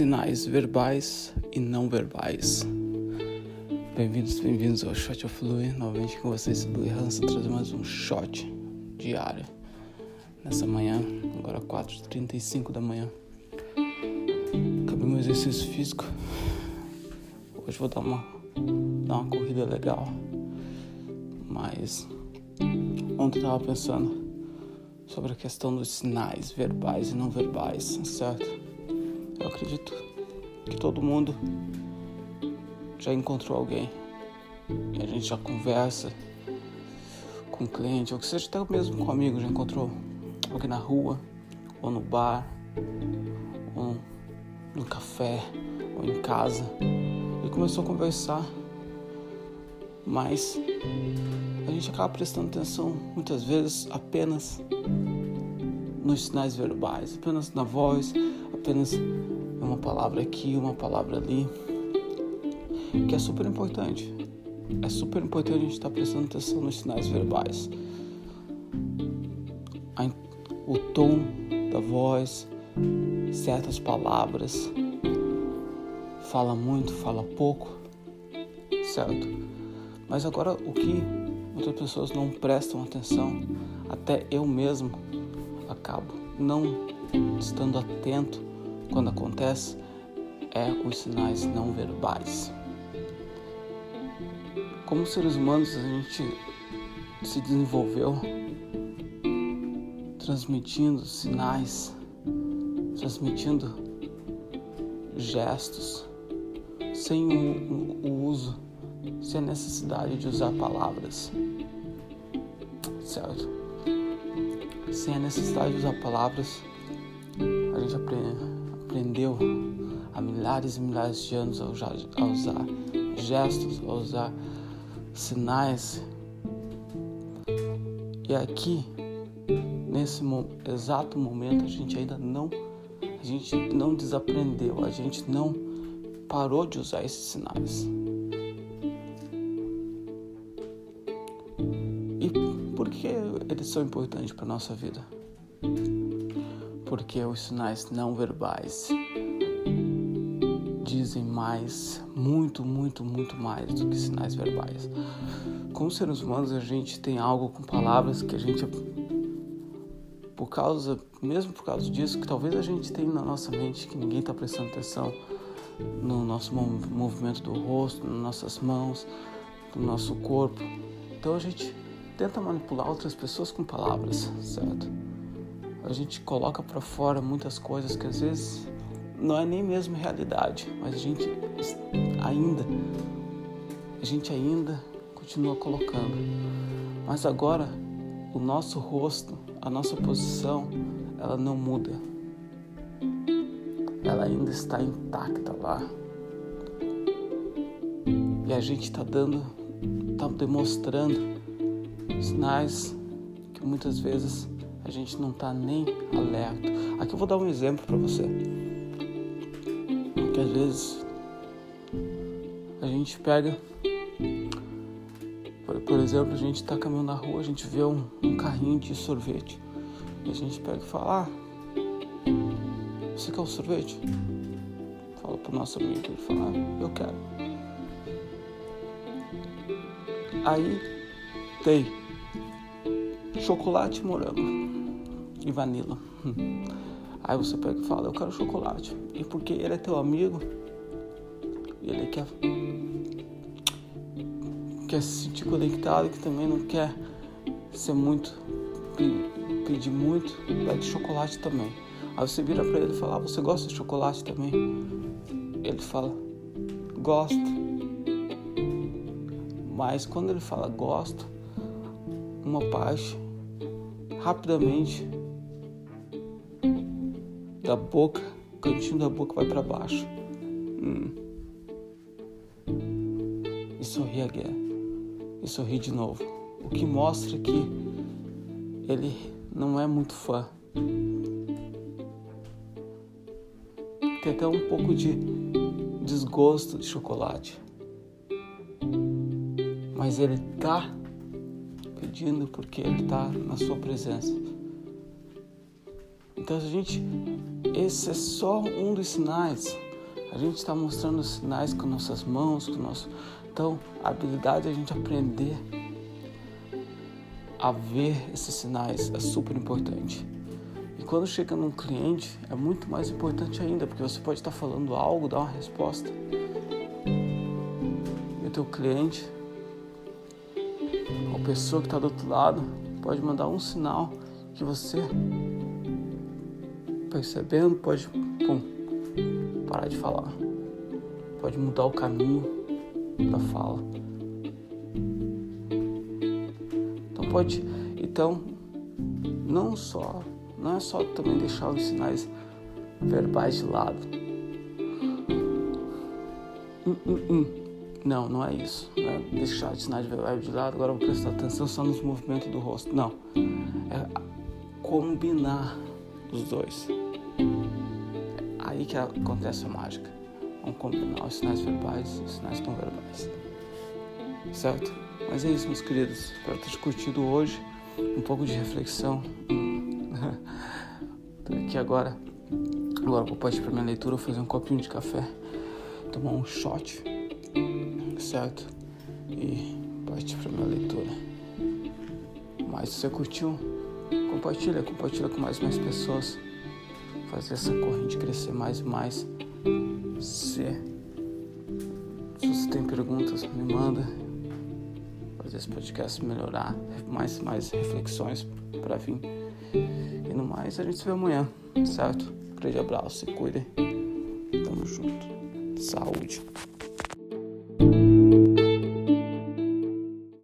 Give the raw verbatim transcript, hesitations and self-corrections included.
Sinais verbais e não verbais. Bem-vindos, bem-vindos ao Shot of Louie. Novamente com vocês, Louie Hansa, trazendo mais um shot diário. Nessa manhã, agora quatro e trinta e cinco da manhã. Acabei meu exercício físico. Hoje vou dar uma, dar uma corrida legal. Mas ontem eu estava pensando sobre a questão dos sinais verbais e não verbais, certo? Eu acredito que todo mundo já encontrou alguém e a gente já conversa com o cliente, ou que seja até mesmo com um amigo, já encontrou alguém na rua, ou no bar, ou no café, ou em casa, e começou a conversar, mas a gente acaba prestando atenção muitas vezes apenas nos sinais verbais, apenas na voz, apenas uma palavra aqui, uma palavra ali, que é super importante. É super importante a gente estar prestando atenção nos sinais verbais. O tom da voz, certas palavras, fala muito, fala pouco, certo? Mas agora o que muitas pessoas não prestam atenção, até eu mesmo acabo não estando atento quando acontece, é os sinais não verbais. Como seres humanos, a gente se desenvolveu transmitindo sinais, transmitindo gestos, sem o, o, o uso, sem a necessidade de usar palavras, certo? Sem a necessidade de usar palavras, a gente aprende, aprendeu há milhares e milhares de anos a usar, a usar gestos, a usar sinais. E aqui, nesse mo- exato momento, a gente ainda não, a gente não desaprendeu, a gente não parou de usar esses sinais. E por que eles são importantes para a nossa vida? Porque os sinais não verbais dizem mais, muito, muito, muito mais do que sinais verbais. Como seres humanos, a gente tem algo com palavras que a gente, por causa, mesmo por causa disso, que talvez a gente tenha na nossa mente, que ninguém está prestando atenção no nosso movimento do rosto, nas nossas mãos, no nosso corpo. Então a gente tenta manipular outras pessoas com palavras, certo? A gente coloca para fora muitas coisas que às vezes não é nem mesmo realidade, mas a gente ainda, a gente ainda continua colocando. Mas agora, o nosso rosto, a nossa posição, ela não muda. Ela ainda está intacta lá. E a gente está dando, está demonstrando sinais que muitas vezes a gente não está nem alerta. Aqui eu vou dar um exemplo para você. Que às vezes a gente pega, por, por exemplo, a gente está caminhando na rua, a gente vê um, um carrinho de sorvete. E a gente pega e fala, ah, você quer um sorvete? Fala pro nosso amigo, ele fala, ah, eu quero. Aí tem chocolate, morango e vanila. Aí você pega e fala, eu quero chocolate. E porque ele é teu amigo, ele quer, quer se sentir conectado, que também não quer ser muito, pedir muito, pede chocolate também. Aí você vira pra ele e fala, ah, você gosta de chocolate também? Ele fala, gosto. Mas quando ele fala gosto, uma parte rapidamente da boca, o cantinho da boca vai para baixo. Hum. E sorri again. E sorri de novo. O que mostra que ele não é muito fã. Tem até um pouco de desgosto de chocolate. Mas ele tá pedindo porque ele tá na sua presença. Então a gente, esse é só um dos sinais A gente está mostrando sinais com nossas mãos, com nosso... Então, a habilidade é a gente aprender a ver esses sinais é super importante. E quando chega num cliente, é muito mais importante ainda, porque você pode estar falando algo, dar uma resposta. E o teu cliente, a pessoa que está do outro lado, pode mandar um sinal que você, percebendo, pode pum, parar de falar. Pode mudar o caminho da fala. Então pode, então, não só, não é só também deixar os sinais verbais de lado. Hum, hum, hum. Não, não é isso. Não é deixar os sinais verbais de lado, agora eu vou prestar atenção só nos movimentos do rosto. Não. É combinar os dois. É aí que acontece a mágica. Vamos combinar os sinais verbais e os sinais não verbais. Certo? Mas é isso, meus queridos. Espero ter curtido hoje. Um pouco de reflexão. Tô aqui agora. Agora vou partir para minha leitura, vou fazer um copinho de café, tomar um shot, certo? E partir para minha leitura. Mas se você curtiu, compartilha, compartilha com mais e mais pessoas. Fazer essa corrente crescer mais e mais. Se, se você tem perguntas, me manda. Fazer esse podcast melhorar, mais e mais reflexões para vir. E no mais, a gente se vê amanhã, certo? Um grande abraço, se cuidem. Tamo junto. Saúde.